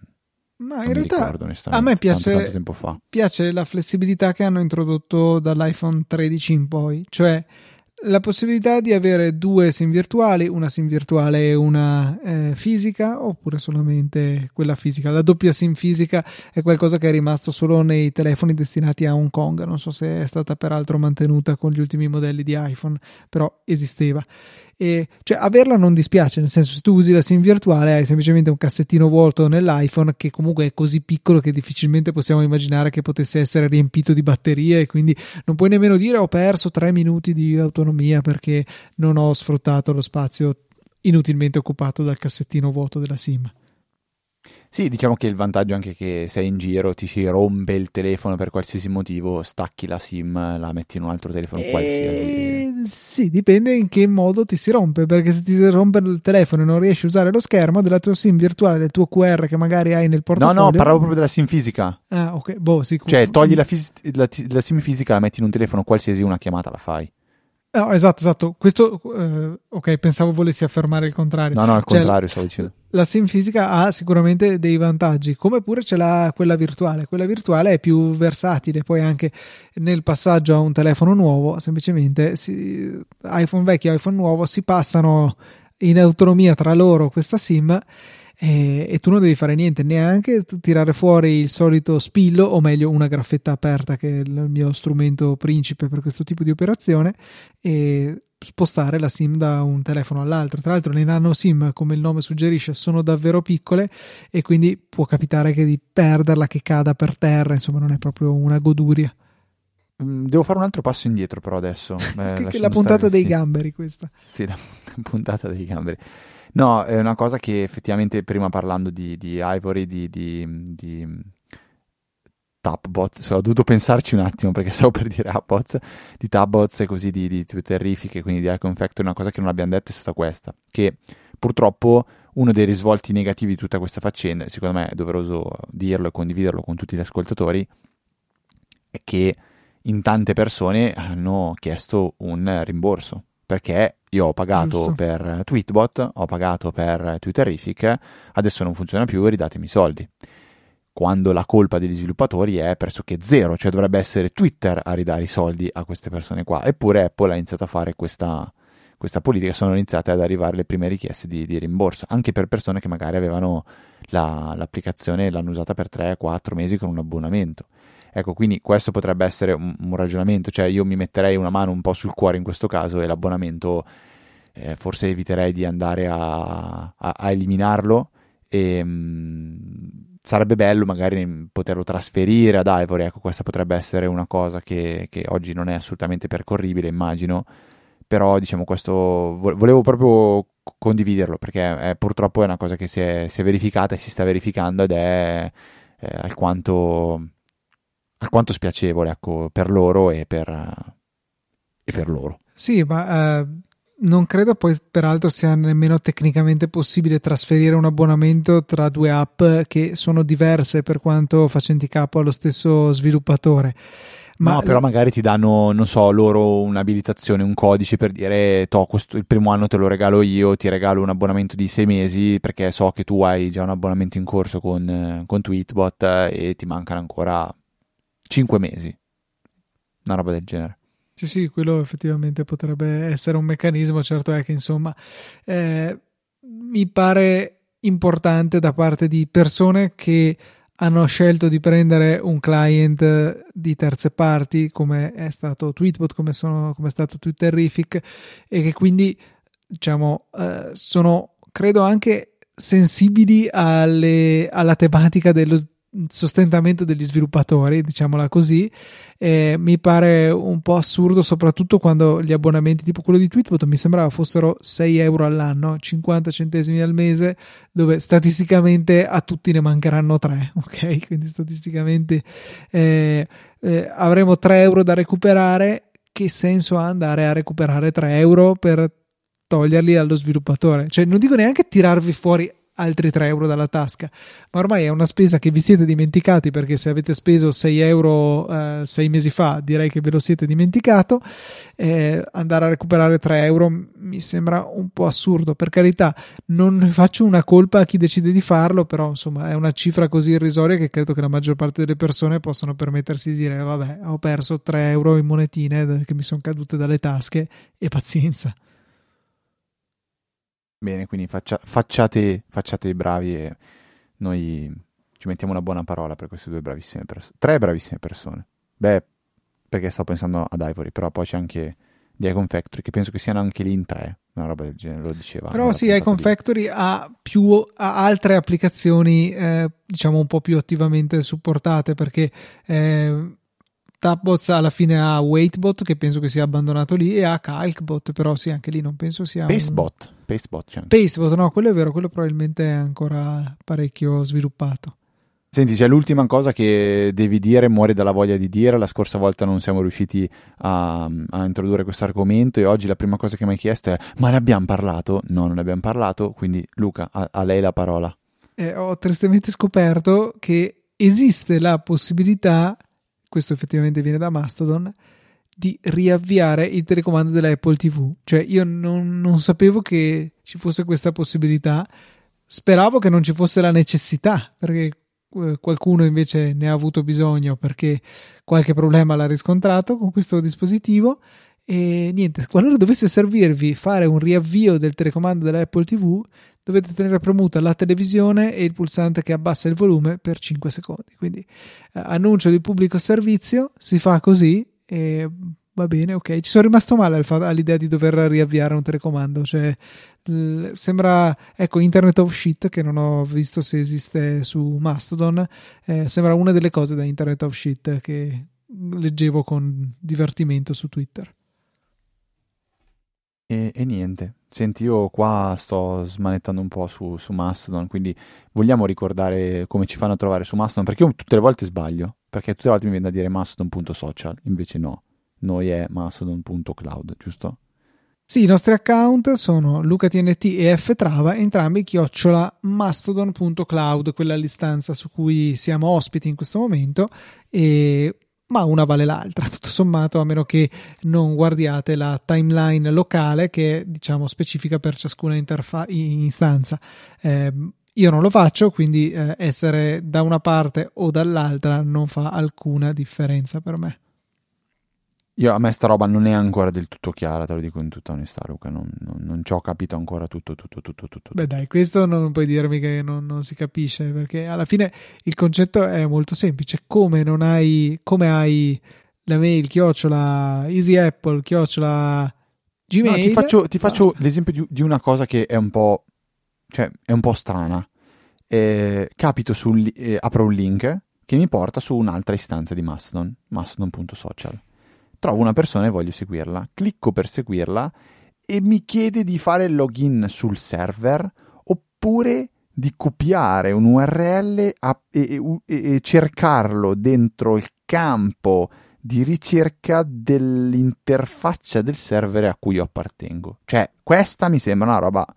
ma in realtà a me piace, tanto tempo fa. Piace la flessibilità che hanno introdotto dall'iPhone 13 in poi, cioè la possibilità di avere due SIM virtuali, una SIM virtuale e una fisica, oppure solamente quella fisica. La doppia SIM fisica è qualcosa che è rimasto solo nei telefoni destinati a Hong Kong, non so se è stata peraltro mantenuta con gli ultimi modelli di iPhone, però esisteva. E cioè averla non dispiace, nel senso, se tu usi la SIM virtuale hai semplicemente un cassettino vuoto nell'iPhone che comunque è così piccolo che difficilmente possiamo immaginare che potesse essere riempito di batterie, e quindi non puoi nemmeno dire ho perso 3 minuti di autonomia perché non ho sfruttato lo spazio inutilmente occupato dal cassettino vuoto della SIM. Sì, diciamo che il vantaggio è anche che sei in giro, ti si rompe il telefono per qualsiasi motivo, stacchi la SIM, la metti in un altro telefono qualsiasi. Sì, dipende in che modo ti si rompe, perché se ti si rompe il telefono e non riesci a usare lo schermo della tua SIM virtuale, del tuo QR che magari hai nel portafoglio. No, parlavo proprio della SIM fisica. Ah, ok, sicuro. Cioè, togli la SIM fisica, la metti in un telefono qualsiasi, una chiamata la fai. No, esatto. Questo, ok, pensavo volessi affermare il contrario. No, al contrario, stavo dicendo. La SIM fisica ha sicuramente dei vantaggi, come pure ce l'ha quella virtuale. Quella virtuale è più versatile, poi anche nel passaggio a un telefono nuovo, semplicemente iPhone vecchio e iPhone nuovo si passano in autonomia tra loro questa SIM, e tu non devi fare niente, neanche tirare fuori il solito spillo, o meglio una graffetta aperta, che è il mio strumento principe per questo tipo di operazione, e spostare la SIM da un telefono all'altro. Tra l'altro le nano SIM, come il nome suggerisce, sono davvero piccole, e quindi può capitare che di perderla, che cada per terra, insomma non è proprio una goduria. Devo fare un altro passo indietro però adesso. La puntata dei gamberi questa. Sì, la puntata dei gamberi. No, è una cosa che effettivamente, prima parlando di Ivory, di Tapbots, ho dovuto pensarci un attimo perché stavo per dire Tapbots, di Tapbots e così, di Twitterific, quindi di Icon Factory. Una cosa che non abbiamo detto è stata questa, che purtroppo uno dei risvolti negativi di tutta questa faccenda, secondo me è doveroso dirlo e condividerlo con tutti gli ascoltatori, è che in tante persone hanno chiesto un rimborso, perché io ho pagato Giusto. per Tweetbot, ho pagato per Twitterific, adesso non funziona più, ridatemi i soldi. Quando la colpa degli sviluppatori è pressoché zero, cioè dovrebbe essere Twitter a ridare i soldi a queste persone qua. Eppure Apple ha iniziato a fare questa politica, sono iniziate ad arrivare le prime richieste di rimborso, anche per persone che magari avevano l'applicazione, l'hanno usata per 3-4 mesi con un abbonamento. Ecco, quindi questo potrebbe essere un ragionamento, cioè io mi metterei una mano un po' sul cuore in questo caso, e l'abbonamento forse eviterei di andare a eliminarlo, e sarebbe bello magari poterlo trasferire ad Ivory. Ecco, questa potrebbe essere una cosa che oggi non è assolutamente percorribile, immagino, però diciamo questo volevo proprio condividerlo, perché purtroppo è una cosa che si è verificata e si sta verificando, ed è alquanto spiacevole, ecco, per loro e per loro. Sì, ma non credo poi peraltro sia nemmeno tecnicamente possibile trasferire un abbonamento tra due app che sono diverse per quanto facenti capo allo stesso sviluppatore. No, però magari ti danno, non so, loro un'abilitazione, un codice per dire, il primo anno te lo regalo io, ti regalo un abbonamento di 6 mesi perché so che tu hai già un abbonamento in corso con Tweetbot e ti mancano ancora 5 mesi. Una roba del genere. Sì, quello effettivamente potrebbe essere un meccanismo, certo è che insomma mi pare importante da parte di persone che hanno scelto di prendere un client di terze parti come è stato Tweetbot, come è stato Twitterrific, e che quindi diciamo sono credo anche sensibili alla tematica dello sostentamento degli sviluppatori, diciamola così. Mi pare un po' assurdo, soprattutto quando gli abbonamenti tipo quello di Tweetbot mi sembrava fossero 6 euro all'anno, 50 centesimi al mese, dove statisticamente a tutti ne mancheranno 3, ok? Quindi statisticamente avremo 3 euro da recuperare. Che senso ha andare a recuperare 3 euro per toglierli allo sviluppatore? Cioè, non dico neanche tirarvi fuori altri 3 euro dalla tasca, ma ormai è una spesa che vi siete dimenticati, perché se avete speso 6 euro 6 mesi fa direi che ve lo siete dimenticato. Andare a recuperare 3 euro mi sembra un po' assurdo. Per carità, non ne faccio una colpa a chi decide di farlo, però insomma è una cifra così irrisoria che credo che la maggior parte delle persone possano permettersi di dire vabbè, ho perso 3 euro in monetine che mi sono cadute dalle tasche e pazienza. Bene, quindi facciate i bravi e noi ci mettiamo una buona parola per queste due bravissime persone. 3 bravissime persone. Beh, perché sto pensando ad Ivory, però poi c'è anche di Icon Factory, che penso che siano anche lì in 3, una roba del genere, lo diceva. Però sì, Icon Factory ha altre applicazioni, diciamo un po' più attivamente supportate, perché Tapbots alla fine ha Waitbot, che penso che sia abbandonato lì, e ha Calcbot, però sì, anche lì non penso sia Pastebot c'è anche. Pastebot, no, quello è vero, quello probabilmente è ancora parecchio sviluppato. Senti, c'è l'ultima cosa che devi dire, muori dalla voglia di dire. La scorsa volta non siamo riusciti a introdurre questo argomento e oggi la prima cosa che mi hai chiesto è: ma ne abbiamo parlato? No, non ne abbiamo parlato, quindi Luca, a lei la parola. Ho tristemente scoperto che esiste la possibilità, questo effettivamente viene da Mastodon, di riavviare il telecomando della Apple TV. Cioè io non sapevo che ci fosse questa possibilità, speravo che non ci fosse la necessità, perché qualcuno invece ne ha avuto bisogno perché qualche problema l'ha riscontrato con questo dispositivo. E niente, qualora dovesse servirvi fare un riavvio del telecomando della Apple TV, dovete tenere premuta la televisione e il pulsante che abbassa il volume per 5 secondi. Quindi annuncio di pubblico servizio, si fa così e va bene, ok. Ci sono rimasto male all'idea di dover riavviare un telecomando, cioè sembra, ecco, Internet of Shit, che non ho visto se esiste su Mastodon, sembra una delle cose da Internet of Shit che leggevo con divertimento su Twitter. E niente, senti, io qua sto smanettando un po' su Mastodon, quindi vogliamo ricordare come ci fanno a trovare su Mastodon, perché io tutte le volte sbaglio, perché tutte le volte mi viene da dire mastodon.social, invece no, noi è mastodon.cloud, giusto? Sì, i nostri account sono LucaTNT e ftrava, entrambi @mastodon.cloud, quella l'istanza su cui siamo ospiti in questo momento, ma una vale l'altra, tutto sommato, a meno che non guardiate la timeline locale che è, diciamo, specifica per ciascuna istanza. Io non lo faccio, quindi essere da una parte o dall'altra non fa alcuna differenza per me. A me sta roba non è ancora del tutto chiara, te lo dico in tutta onestà, Luca, non ci ho capito ancora tutto. Beh dai, questo non puoi dirmi che non si capisce, perché alla fine il concetto è molto semplice. Come hai la mail @easyapple @gmail. No, ti faccio l'esempio di una cosa che è un po', cioè è un po' strana. Capito apro un link che mi porta su un'altra istanza di Mastodon, mastodon.social. Trovo una persona e voglio seguirla, clicco per seguirla e mi chiede di fare il login sul server oppure di copiare un URL e cercarlo dentro il campo di ricerca dell'interfaccia del server a cui io appartengo. Cioè, questa mi sembra una roba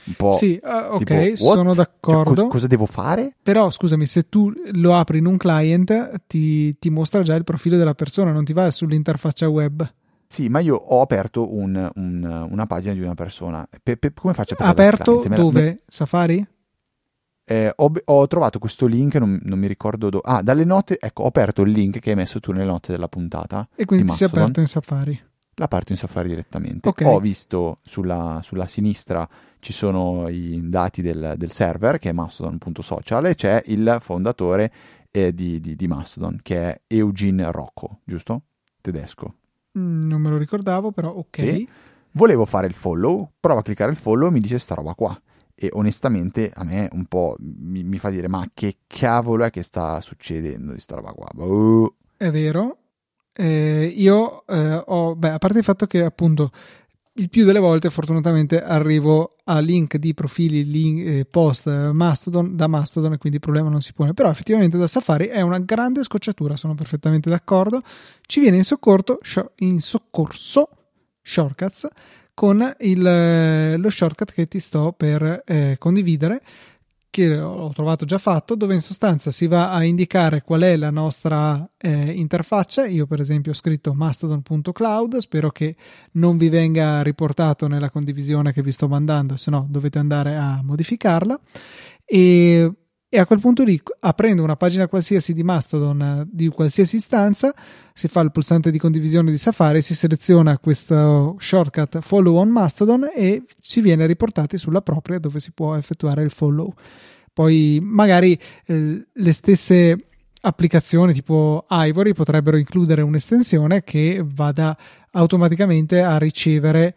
un po'. Sì, ok, tipo, sono d'accordo. Cioè, cosa devo fare? Però scusami, se tu lo apri in un client ti mostra già il profilo della persona, non ti va sull'interfaccia web. Sì, ma io ho aperto una pagina di una persona. Come faccio a aperto dove? Safari? Ho trovato questo link, non mi ricordo dove. Ah, dalle note, ecco, ho aperto il link che hai messo tu nelle note della puntata. E quindi si è aperto in Safari. L'ha aperto in Safari direttamente. Okay. Ho visto sulla sinistra ci sono i dati del server, che è mastodon.social, e c'è il fondatore di Mastodon, che è Eugene Rocco, giusto? Tedesco. Non me lo ricordavo, però ok. Sì. Volevo fare il follow, provo a cliccare il follow e mi dice sta roba qua. E onestamente a me un po' mi fa dire, ma che cavolo è che sta succedendo di sta roba qua? Boh. È vero. Io a parte il fatto che appunto il più delle volte fortunatamente arrivo a link di profili, post Mastodon, da Mastodon, e quindi il problema non si pone. Però effettivamente da Safari è una grande scocciatura, sono perfettamente d'accordo. Ci viene in soccorso Shortcuts con lo shortcut che ti sto per condividere, che ho trovato già fatto, dove in sostanza si va a indicare qual è la nostra interfaccia. Io per esempio ho scritto mastodon.cloud, spero che non vi venga riportato nella condivisione che vi sto mandando, se no dovete andare a modificarla, e a quel punto lì, aprendo una pagina qualsiasi di Mastodon di qualsiasi istanza, si fa il pulsante di condivisione di Safari, si seleziona questo shortcut follow on Mastodon e ci viene riportati sulla propria, dove si può effettuare il follow. Poi magari le stesse applicazioni tipo Ivory potrebbero includere un'estensione che vada automaticamente a ricevere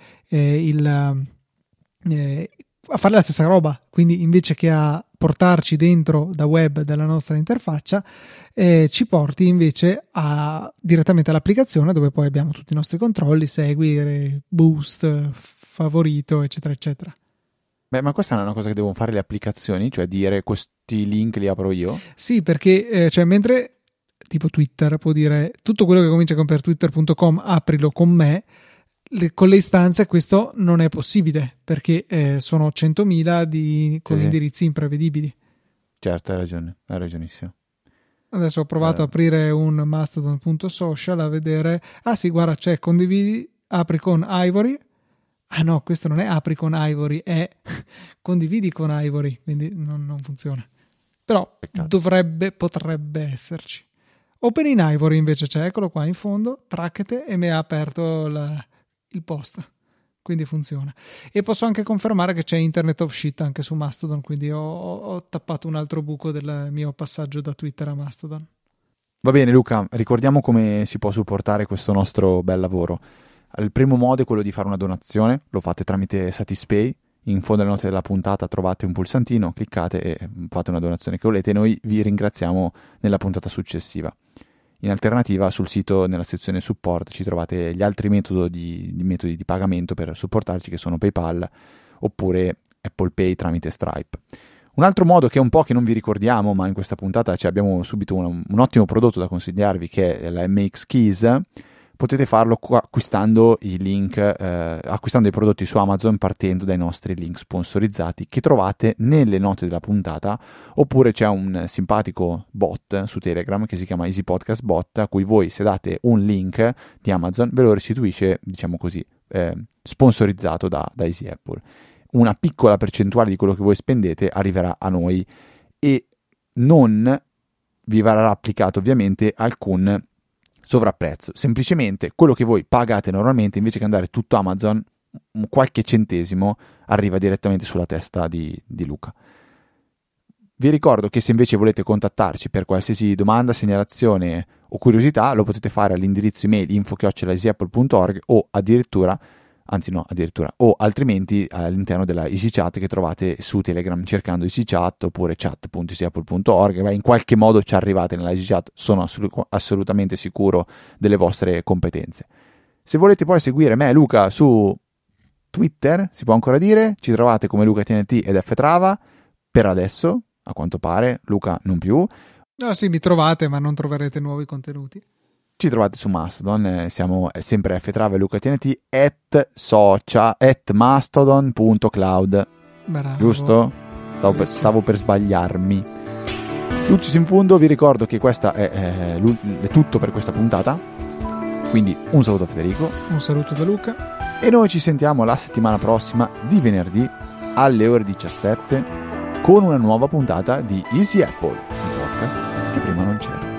a fare la stessa roba, quindi invece che a portarci dentro da web della nostra interfaccia, ci porti invece direttamente all'applicazione, dove poi abbiamo tutti i nostri controlli, seguire, boost, favorito, eccetera eccetera. Beh, ma questa non è una cosa che devono fare le applicazioni, cioè dire questi link li apro io? Sì, perché cioè mentre tipo Twitter può dire tutto quello che comincia con per twitter.com aprilo con me, con le istanze questo non è possibile, perché sono 100.000 con indirizzi imprevedibili. Certo, hai ragionissimo. Adesso ho provato a aprire un mastodon.social a vedere. Ah sì, guarda, c'è condividi, apri con Ivory. Ah no, questo non è apri con Ivory, è condividi con Ivory, quindi non funziona. Però potrebbe esserci. Open in Ivory invece c'è, eccolo qua in fondo, trackete, e mi ha aperto il post, quindi funziona. E posso anche confermare che c'è Internet of Shit anche su Mastodon, quindi ho tappato un altro buco del mio passaggio da Twitter a Mastodon. Va bene Luca, ricordiamo come si può supportare questo nostro bel lavoro. Il primo modo è quello di fare una donazione, lo fate tramite Satispay. In fondo alle note della puntata trovate un pulsantino, cliccate e fate una donazione che volete, e noi vi ringraziamo nella puntata successiva. In alternativa, sul sito, nella sezione support, ci trovate gli altri metodi di pagamento per supportarci, che sono PayPal oppure Apple Pay tramite Stripe. Un altro modo, che è un po' che non vi ricordiamo, ma in questa puntata abbiamo subito un ottimo prodotto da consigliarvi, che è la MX Keys. Potete farlo acquistando i link, acquistando i prodotti su Amazon, partendo dai nostri link sponsorizzati che trovate nelle note della puntata, oppure c'è un simpatico bot su Telegram che si chiama Easy Podcast Bot, a cui voi, se date un link di Amazon, ve lo restituisce, diciamo così, sponsorizzato da Easy Apple. Una piccola percentuale di quello che voi spendete arriverà a noi e non vi verrà applicato ovviamente alcun sovrapprezzo. Semplicemente quello che voi pagate normalmente, invece che andare tutto Amazon, qualche centesimo arriva direttamente sulla testa di Luca. Vi ricordo che se invece volete contattarci per qualsiasi domanda, segnalazione o curiosità, lo potete fare all'indirizzo email info@easyapple.org o altrimenti all'interno della EasyChat che trovate su Telegram cercando EasyChat oppure chat.easyapple.org. In qualche modo ci arrivate nella EasyChat, sono assolutamente sicuro delle vostre competenze. Se volete poi seguire me e Luca su Twitter, si può ancora dire, ci trovate come LucaTNT ed Ftrava per adesso, a quanto pare. Luca non più. No, sì, mi trovate, ma non troverete nuovi contenuti. Ci trovate su Mastodon, siamo sempre Ftrava e LucaTNT @mastodon.cloud. Bravo. Giusto? Stavo per sbagliarmi. Lucis in fondo, vi ricordo che questa è tutto per questa puntata. Quindi un saluto a Federico. Un saluto da Luca. E noi ci sentiamo la settimana prossima di venerdì alle ore 17 con una nuova puntata di Easy Apple, un podcast che prima non c'era.